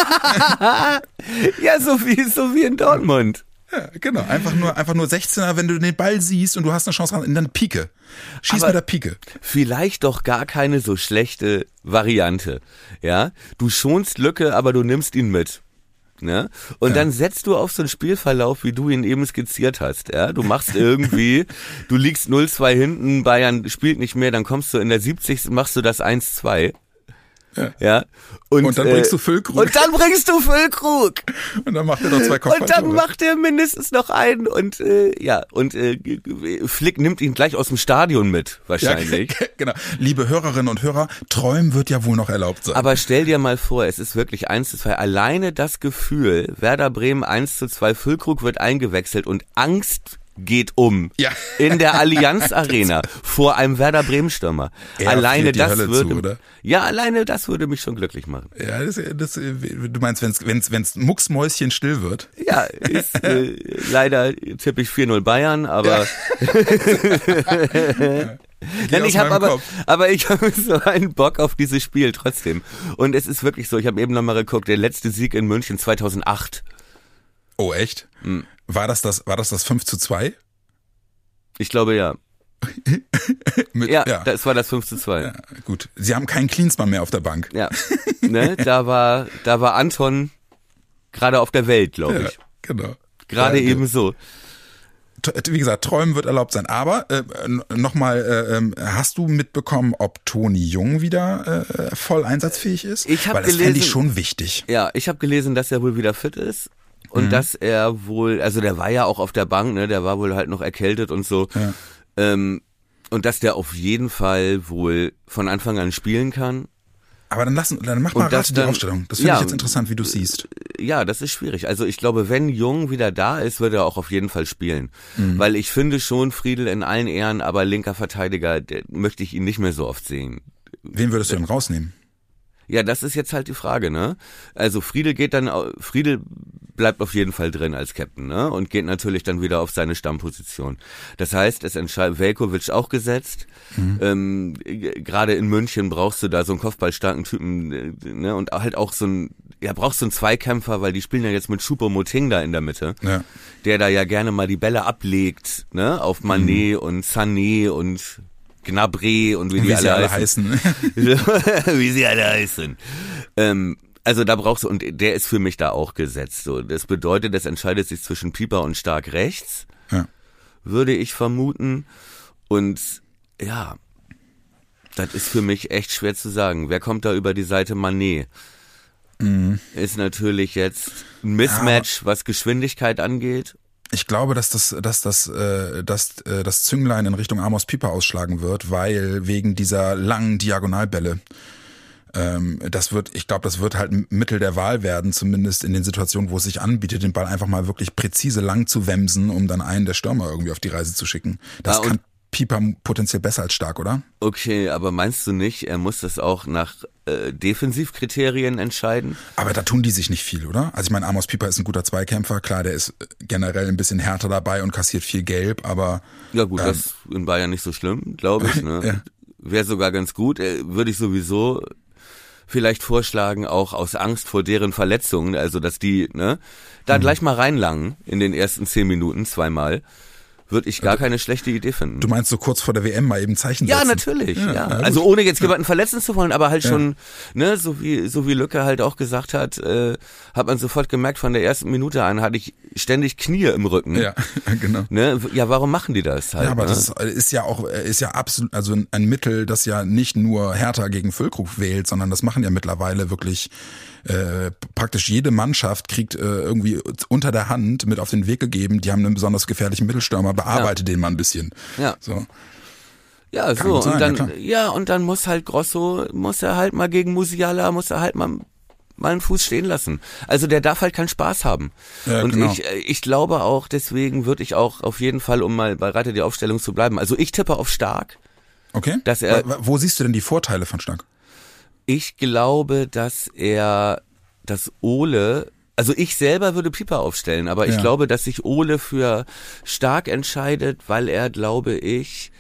Ja, so wie so wie in Dortmund. Ja, genau. Einfach nur, einfach nur sechzehner, wenn du den Ball siehst und du hast eine Chance ran, in deine Pike. Schieß Aber mit der Pike. Vielleicht doch gar keine so schlechte Variante. Ja, du schonst Lücke, aber du nimmst ihn mit. Ne? Und ja. Dann setzt du auf so einen Spielverlauf, wie du ihn eben skizziert hast. Ja, du machst irgendwie, du liegst null zwei hinten, Bayern spielt nicht mehr, dann kommst du in der siebzigsten machst du das eins zwei. Ja. ja. Und, und dann äh, bringst du Füllkrug. Und dann bringst du Füllkrug. Und dann macht er noch zwei Kopfballtore. Und dann macht er mindestens noch einen und äh, ja, und äh, Flick nimmt ihn gleich aus dem Stadion mit, wahrscheinlich. Ja, genau. Liebe Hörerinnen und Hörer, träumen wird ja wohl noch erlaubt sein. Aber stell dir mal vor, es ist wirklich eins zu zwei. Alleine das Gefühl, Werder Bremen eins zu zwei, Füllkrug wird eingewechselt und Angst geht um ja. in der Allianz Arena vor einem Werder Bremen Stürmer. Er alleine das Hölle würde zu, oder? Ja, alleine das würde mich schon glücklich machen. Ja, das, das, du meinst, wenn's wenn's wenn's mucksmäuschen still wird? Ja, ist äh, leider tippe ich vier null Bayern, aber ja. Nein, ich habe aber, aber ich habe so einen Bock auf dieses Spiel trotzdem. Und es ist wirklich so, ich habe eben nochmal geguckt, der letzte Sieg in München zweitausendacht. Oh, echt? Mhm. War das das, war das das fünf zu zwei? Ich glaube, ja. Mit, ja, ja, das war das fünf zu zwei. Ja, gut. Sie haben keinen Klinsmann mehr auf der Bank. Ja, ne, da war, da war Anton gerade auf der Welt, glaube ich. Ja, genau. Gerade ja, eben so. Wie gesagt, träumen wird erlaubt sein. Aber äh, nochmal, äh, hast du mitbekommen, ob Toni Jung wieder äh, voll einsatzfähig ist? Ich habe Weil das gelesen, fände ich schon wichtig. Ja, ich habe gelesen, dass er wohl wieder fit ist. und Mhm. dass er wohl, also der war ja auch auf der Bank, ne, der war wohl halt noch erkältet und so. Ja. Ähm, und dass der auf jeden Fall wohl von Anfang an spielen kann. Aber dann, lass, dann mach mal Und das rate die dann- Aufstellung. Das finde ja, ich jetzt interessant, wie du siehst. Ja, das ist schwierig. Also ich glaube, wenn Jung wieder da ist, wird er auch auf jeden Fall spielen. Mhm. Weil ich finde schon Friedel in allen Ehren, aber linker Verteidiger, der, möchte ich ihn nicht mehr so oft sehen. Wen würdest du denn rausnehmen? Ja, das ist jetzt halt die Frage, ne? Also Friedel geht dann, au- Friedel bleibt auf jeden Fall drin als Captain, ne? Und geht natürlich dann wieder auf seine Stammposition. Das heißt, es entscheidet Veljković auch gesetzt. Mhm. Ähm, g- Gerade in München brauchst du da so einen kopfballstarken Typen, äh, ne? Und halt auch so ein, ja, brauchst du einen Zweikämpfer, weil die spielen ja jetzt mit Choupo-Moting da in der Mitte, Ja. der da ja gerne mal die Bälle ablegt, ne? Auf Mané und Sané und Gnabry und wie, Und die wie alle, sie alle heißen. heißen. Wie sie alle heißen. Ähm, also da brauchst du, und der ist für mich da auch gesetzt. So, das bedeutet, es entscheidet sich zwischen Pieper und Stark rechts, Ja. würde ich vermuten. Und ja, das ist für mich echt schwer zu sagen. Wer kommt da über die Seite? Mané. Mhm. Ist natürlich jetzt ein Mismatch, was Geschwindigkeit angeht. Ich glaube, dass das, dass das, äh, dass, äh, das Zünglein in Richtung Amos Pieper ausschlagen wird, weil wegen dieser langen Diagonalbälle. Ähm, das wird, ich glaube, das wird halt ein Mittel der Wahl werden, zumindest in den Situationen, wo es sich anbietet, den Ball einfach mal wirklich präzise lang zu wemsen, um dann einen der Stürmer irgendwie auf die Reise zu schicken. Das Ah, kann und- Pieper potenziell besser als Stark, oder? Okay, aber meinst du nicht, er muss das auch nach äh, Defensivkriterien entscheiden? Aber da tun die sich nicht viel, oder? Also ich meine, Amos Pieper ist ein guter Zweikämpfer, klar, der ist generell ein bisschen härter dabei und kassiert viel Gelb, aber Ja gut, Ähm. das ist in Bayern nicht so schlimm, glaube ich. Ne? Ja. Wäre sogar ganz gut. Äh, Würde ich sowieso vielleicht vorschlagen, auch aus Angst vor deren Verletzungen, also dass die ne, da Mhm. gleich mal reinlangen in den ersten zehn Minuten zweimal, würde ich gar keine schlechte Idee finden. du meinst so kurz vor der W M mal eben Zeichen Ja, setzen? natürlich. Ja, Ja, na gut. Also ohne jetzt jemanden verletzen zu wollen, aber halt schon, ne, so wie so wie Lücke halt auch gesagt hat, äh, hat man sofort gemerkt, von der ersten Minute an hatte ich ständig Knie im Rücken. Ja, genau. Ne? Ja, warum machen die das halt? Ja, aber ne? das ist, ist ja auch, ist ja absolut, also ein Mittel, das ja nicht nur Hertha gegen Füllkrug wählt, sondern das machen ja mittlerweile wirklich äh, praktisch jede Mannschaft kriegt äh, irgendwie unter der Hand mit auf den Weg gegeben, die haben einen besonders gefährlichen Mittelstürmer, bearbeite den mal ein bisschen. Ja. So. Ja, Kann so, gut sein, und dann, ja, klar. ja, und dann muss halt Grosso, muss er halt mal gegen Musiala, muss er halt mal, mal einen Fuß stehen lassen. Also der darf halt keinen Spaß haben. Ja, und genau. ich, äh, ich glaube auch, deswegen würde ich auch auf jeden Fall, um mal bei Reiter die Aufstellung zu bleiben, also ich tippe auf Stark. Okay. Dass er- Wo- Wo siehst du denn die Vorteile von Stark? Ich glaube, dass er, dass Ole, also ich selber würde Pieper aufstellen, aber ich Ja. glaube, dass sich Ole für Stark entscheidet, weil er, glaube ich,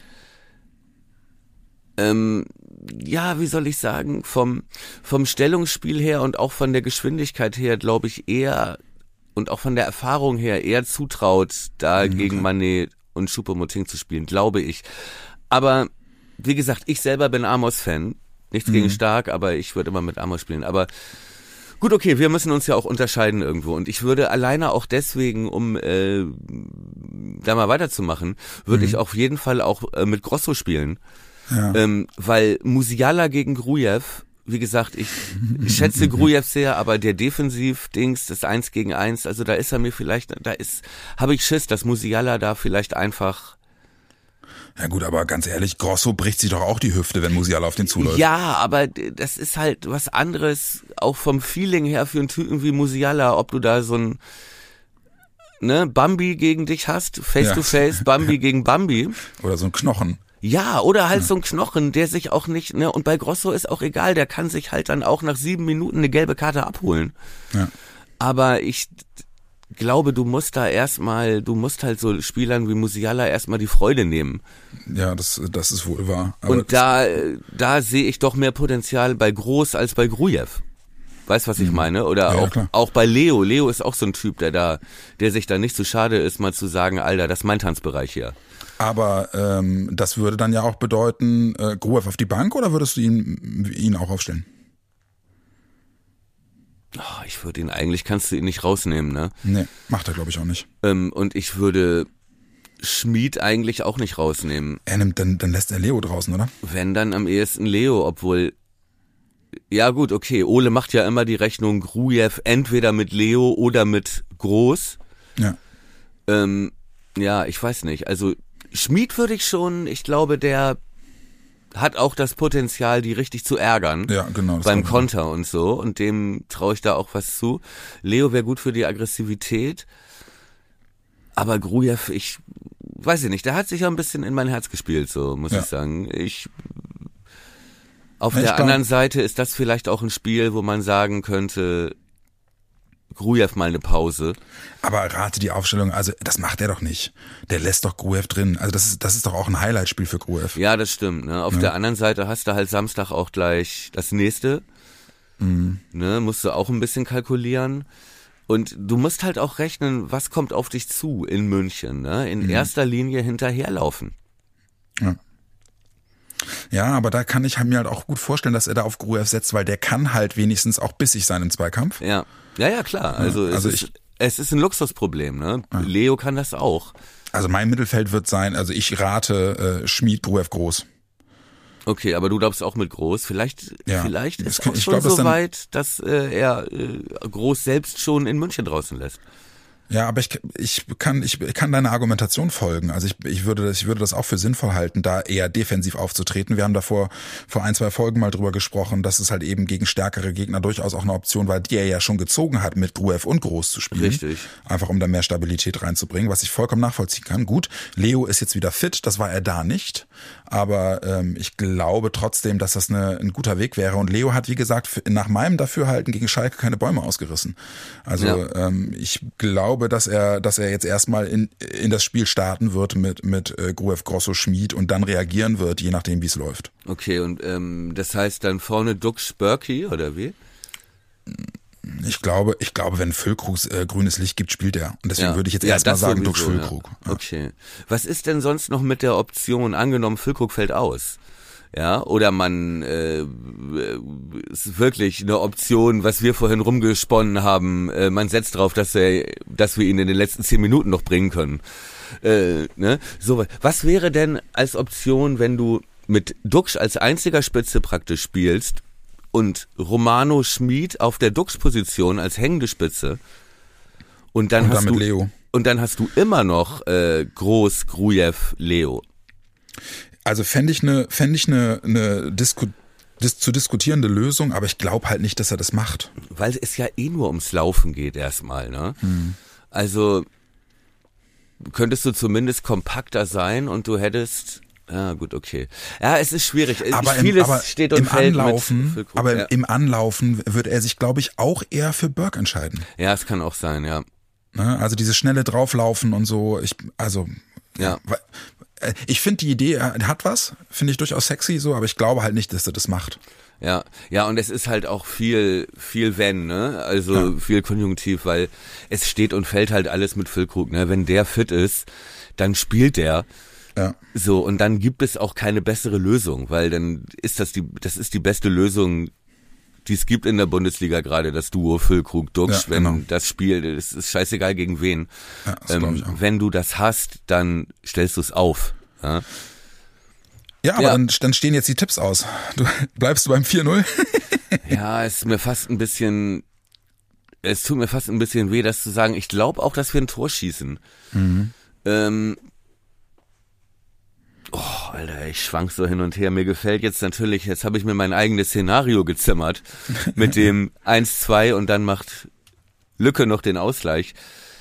ähm, ja, wie soll ich sagen, vom, vom Stellungsspiel her und auch von der Geschwindigkeit her, glaube ich, eher und auch von der Erfahrung her eher zutraut, da Mhm, gegen Mané und Choupo-Moting zu spielen, glaube ich. Aber wie gesagt, ich selber bin Amos-Fan. Nichts Mhm. gegen Stark, aber ich würde immer mit Amos spielen. Aber gut, okay, wir müssen uns ja auch unterscheiden irgendwo. Und ich würde alleine auch deswegen, um äh, da mal weiterzumachen, würde Mhm. ich auf jeden Fall auch äh, mit Grosso spielen. Ja. Ähm, weil Musiala gegen Grujew, wie gesagt, ich, ich schätze Grujew sehr, aber der Defensiv-Dings, das Eins gegen Eins, also da ist er mir vielleicht, da ist, habe ich Schiss, dass Musiala da vielleicht einfach Ja gut, aber ganz ehrlich, Grosso bricht sich doch auch die Hüfte, wenn Musiala auf den zuläuft. Ja, aber d- das ist halt was anderes, auch vom Feeling her für einen Typen wie Musiala, ob du da so ein ne, Bambi gegen dich hast, face Ja. to face, Bambi gegen Bambi. Oder so ein Knochen. Ja, oder halt so ein Knochen, der sich auch nicht, ne, und bei Grosso ist auch egal, der kann sich halt dann auch nach sieben Minuten eine gelbe Karte abholen. Ja. Aber ich glaube, du musst da erstmal, du musst halt so Spielern wie Musiala erstmal die Freude nehmen. Ja, das, das ist wohl wahr. Aber Und da, da sehe ich doch mehr Potenzial bei Groß als bei Grujew. Weißt, was ich meine? Oder Ja, ja, auch, klar. auch bei Leo. Leo ist auch so ein Typ, der da, der sich da nicht so schade ist, mal zu sagen, Alter, das ist mein Tanzbereich hier. Aber ähm, das würde dann ja auch bedeuten, äh, Gruev auf die Bank oder würdest du ihn, ihn auch aufstellen? Oh, ich würde ihn, eigentlich kannst du ihn nicht rausnehmen, ne? Nee, macht er glaube ich auch nicht. Ähm, und ich würde Schmid eigentlich auch nicht rausnehmen. Er nimmt, dann, dann lässt er Leo draußen, oder? Wenn dann am ehesten Leo, obwohl ja gut, okay, Ole macht ja immer die Rechnung Grujew entweder mit Leo oder mit Groß. Ja. Ähm, ja, ich weiß nicht. Also Schmid würde ich schon, ich glaube, der hat auch das Potenzial, die richtig zu ärgern. Ja, genau. Das beim Konter und so. Und dem traue ich da auch was zu. Leo wäre gut für die Aggressivität. Aber Grujew, ich weiß ich nicht, der hat sich ja ein bisschen in mein Herz gespielt, so muss ja. ich sagen. Ich Auf ja, der glaub, anderen Seite ist das vielleicht auch ein Spiel, wo man sagen könnte, Grujew mal eine Pause. Aber rate die Aufstellung, also das macht er doch nicht. Der lässt doch Grujew drin. Also das ist das ist doch auch ein Highlight-Spiel für Grujew. Ja, das stimmt. Ne? Auf ja. der anderen Seite hast du halt Samstag auch gleich das nächste. Mhm. Ne? Musst du auch ein bisschen kalkulieren. Und du musst halt auch rechnen, was kommt auf dich zu in München. Ne? In mhm. erster Linie hinterherlaufen. Ja. Ja, aber da kann ich mir halt auch gut vorstellen, dass er da auf Grujew setzt, weil der kann halt wenigstens auch bissig sein im Zweikampf. Ja, ja, ja, klar. Also, ja, also es, ich, ist, es ist ein Luxusproblem. Ne? Ja. Leo kann das auch. Also mein Mittelfeld wird sein, also ich rate äh, Schmid, Grujew, Groß. Okay, aber du glaubst auch mit Groß. Vielleicht, ja. vielleicht ist es auch ich schon glaub, so dann, weit, dass äh, er äh, Groß selbst schon in München draußen lässt. Ja, aber ich, ich kann ich kann deiner Argumentation folgen. Also ich, ich würde das ich würde das auch für sinnvoll halten, da eher defensiv aufzutreten. Wir haben davor vor ein, zwei Folgen mal drüber gesprochen, dass es halt eben gegen stärkere Gegner durchaus auch eine Option war, die er ja schon gezogen hat, mit Grujew und Groß zu spielen. Richtig. Einfach um da mehr Stabilität reinzubringen, was ich vollkommen nachvollziehen kann. Gut, Leo ist jetzt wieder fit, das war er da nicht. Aber ähm, ich glaube trotzdem, dass das eine, ein guter Weg wäre. Und Leo hat, wie gesagt, nach meinem Dafürhalten gegen Schalke keine Bäume ausgerissen. Also ja. ähm, ich glaube, dass er, dass er jetzt erstmal in in das Spiel starten wird mit mit äh, Grujew, Grosso, Schmid und dann reagieren wird, je nachdem, wie es läuft. Okay, und ähm, das heißt dann vorne Dux, Berkey oder wie? Ich glaube, ich glaube, wenn Füllkrug äh, grünes Licht gibt, spielt er. Und deswegen ja. würde ich jetzt ja, erstmal sagen, Dux, Füllkrug. Ja. Ja. Okay. Was ist denn sonst noch mit der Option, angenommen Füllkrug fällt aus? Ja, oder man äh, ist wirklich eine Option, was wir vorhin rumgesponnen haben, äh, man setzt drauf, dass er, dass wir ihn in den letzten zehn Minuten noch bringen können. Äh, ne? So, was wäre denn als Option, wenn du mit Dux als einziger Spitze praktisch spielst und Romano Schmid auf der Dux-Position als hängende Spitze und dann und hast dann du Leo. Und dann hast du immer noch äh, Groß, Grujew, Leo. Also fände ich eine fände ich eine eine Disku, dis, zu diskutierende Lösung, aber ich glaube halt nicht, dass er das macht. Weil es ja eh nur ums Laufen geht erstmal, ne? Hm. Also könntest du zumindest kompakter sein und du hättest ja, gut, okay. Ja, es ist schwierig. Aber Vieles im, aber steht und im fällt Anlaufen, mit aber ja. im Anlaufen wird er sich, glaube ich, auch eher für Burke entscheiden. Ja, es kann auch sein, ja. Also dieses schnelle Drauflaufen und so, ich, also, ja. Ich finde die Idee, er hat was, finde ich durchaus sexy so, aber ich glaube halt nicht, dass er das macht. Ja, ja, und es ist halt auch viel, viel wenn, ne? Also ja. viel Konjunktiv, weil es steht und fällt halt alles mit Füllkrug, ne? Wenn der fit ist, dann spielt der. Ja. So, und dann gibt es auch keine bessere Lösung, weil dann ist das die, das ist die beste Lösung, die es gibt in der Bundesliga gerade, das Duo Füllkrug-Dux, ja, wenn genau. das Spiel, das ist scheißegal gegen wen. Ja, das ähm, ich auch. Wenn du das hast, dann stellst du es auf. Ja, ja aber ja. Dann, dann stehen jetzt die Tipps aus. Du bleibst du beim vier null? Ja, es ist mir fast ein bisschen, es tut mir fast ein bisschen weh, das zu sagen. Ich glaube auch, dass wir ein Tor schießen. Mhm. Ähm, Oh, Alter, ich schwank so hin und her. Mir gefällt jetzt natürlich, jetzt habe ich mir mein eigenes Szenario gezimmert mit dem eins zwei und dann macht Lücke noch den Ausgleich.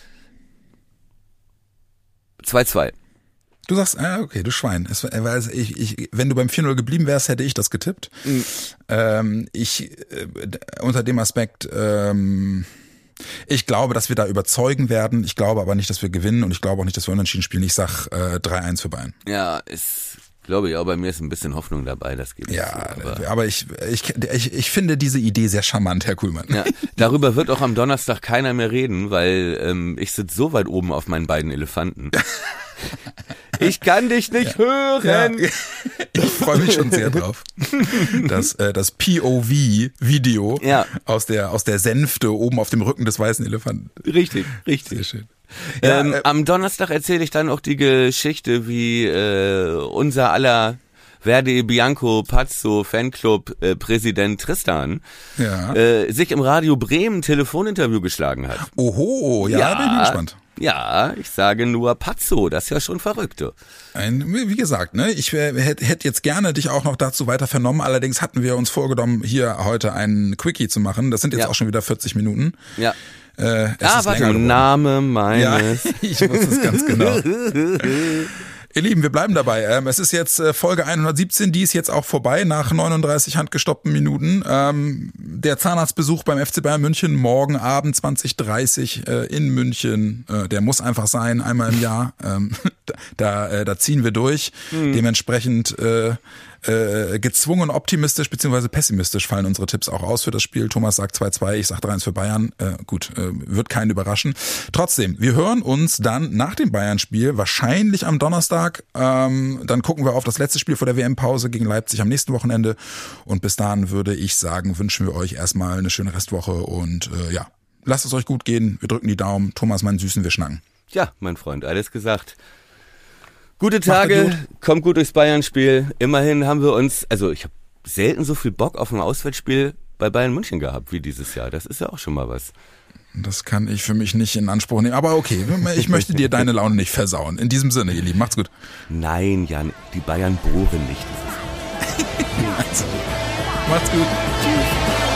zwei zwei. Du sagst, ah, okay, du Schwein. Es, also ich, ich, wenn du beim vier null geblieben wärst, hätte ich das getippt. Mhm. Ähm, ich, äh, unter dem Aspekt, ähm, ich glaube, dass wir da überzeugen werden. Ich glaube aber nicht, dass wir gewinnen und ich glaube auch nicht, dass wir unentschieden spielen. Ich sag äh, drei eins für Bayern. Ja, ist, glaube ich, auch bei mir ist ein bisschen Hoffnung dabei, das geht. Ja, so, aber, aber ich, ich, ich, ich finde diese Idee sehr charmant, Herr Kuhlmann. Ja, darüber wird auch am Donnerstag keiner mehr reden, weil ähm, ich sitze so weit oben auf meinen beiden Elefanten. Ich kann dich nicht ja. hören. Ja. Ich freue mich schon sehr drauf. Das, äh, das P O V-Video ja. aus der aus der Sänfte oben auf dem Rücken des weißen Elefanten. Richtig, richtig. Sehr schön. Ähm, ja, äh, am Donnerstag erzähle ich dann auch die Geschichte, wie äh, unser aller Verdi Bianco Pazzo Fanclub äh, Präsident Tristan Ja. äh, sich im Radio Bremen Telefoninterview geschlagen hat. Oho, ja, Ja. bin ich mal gespannt. Ja, ich sage nur Pazzo, das ist ja schon verrückt. du. Ein, wie gesagt, ne, ich hätte hätt jetzt gerne dich auch noch dazu weiter vernommen. Allerdings hatten wir uns vorgenommen, hier heute einen Quickie zu machen. Das sind jetzt Ja. auch schon wieder vierzig Minuten. Ja. Äh, es Ah, ist warte, länger geworden. Name meines. Ja, ich wusste es ganz genau. Ihr Lieben, wir bleiben dabei. Ähm, es ist jetzt äh, Folge hundertsiebzehn, die ist jetzt auch vorbei nach neununddreißig handgestoppten Minuten. Ähm, der Zahnarztbesuch beim F C Bayern München morgen Abend zwanzig Uhr dreißig äh, in München, äh, der muss einfach sein, einmal im Jahr. Ähm, da, äh, da ziehen wir durch. Mhm. Dementsprechend äh, äh, gezwungen optimistisch beziehungsweise pessimistisch fallen unsere Tipps auch aus für das Spiel. Thomas sagt zwei zwei, ich sag drei eins für Bayern. Äh, gut, äh, wird keinen überraschen. Trotzdem, wir hören uns dann nach dem Bayern-Spiel, wahrscheinlich am Donnerstag. Ähm, dann gucken wir auf das letzte Spiel vor der W M-Pause gegen Leipzig am nächsten Wochenende. Und bis dahin würde ich sagen, wünschen wir euch erstmal eine schöne Restwoche und äh, ja, lasst es euch gut gehen. Wir drücken die Daumen. Thomas, mein Süßen, wir schnacken. Ja, mein Freund, alles gesagt. Gute Tage, gut. Kommt gut durchs Bayern-Spiel. Immerhin haben wir uns, also ich habe selten so viel Bock auf ein Auswärtsspiel bei Bayern München gehabt wie dieses Jahr. Das ist ja auch schon mal was. Das kann ich für mich nicht in Anspruch nehmen. Aber okay, ich möchte dir deine Laune nicht versauen. In diesem Sinne, ihr Lieben, macht's gut. Nein, Jan, die Bayern bohren nicht. Also, macht's gut. Tschüss.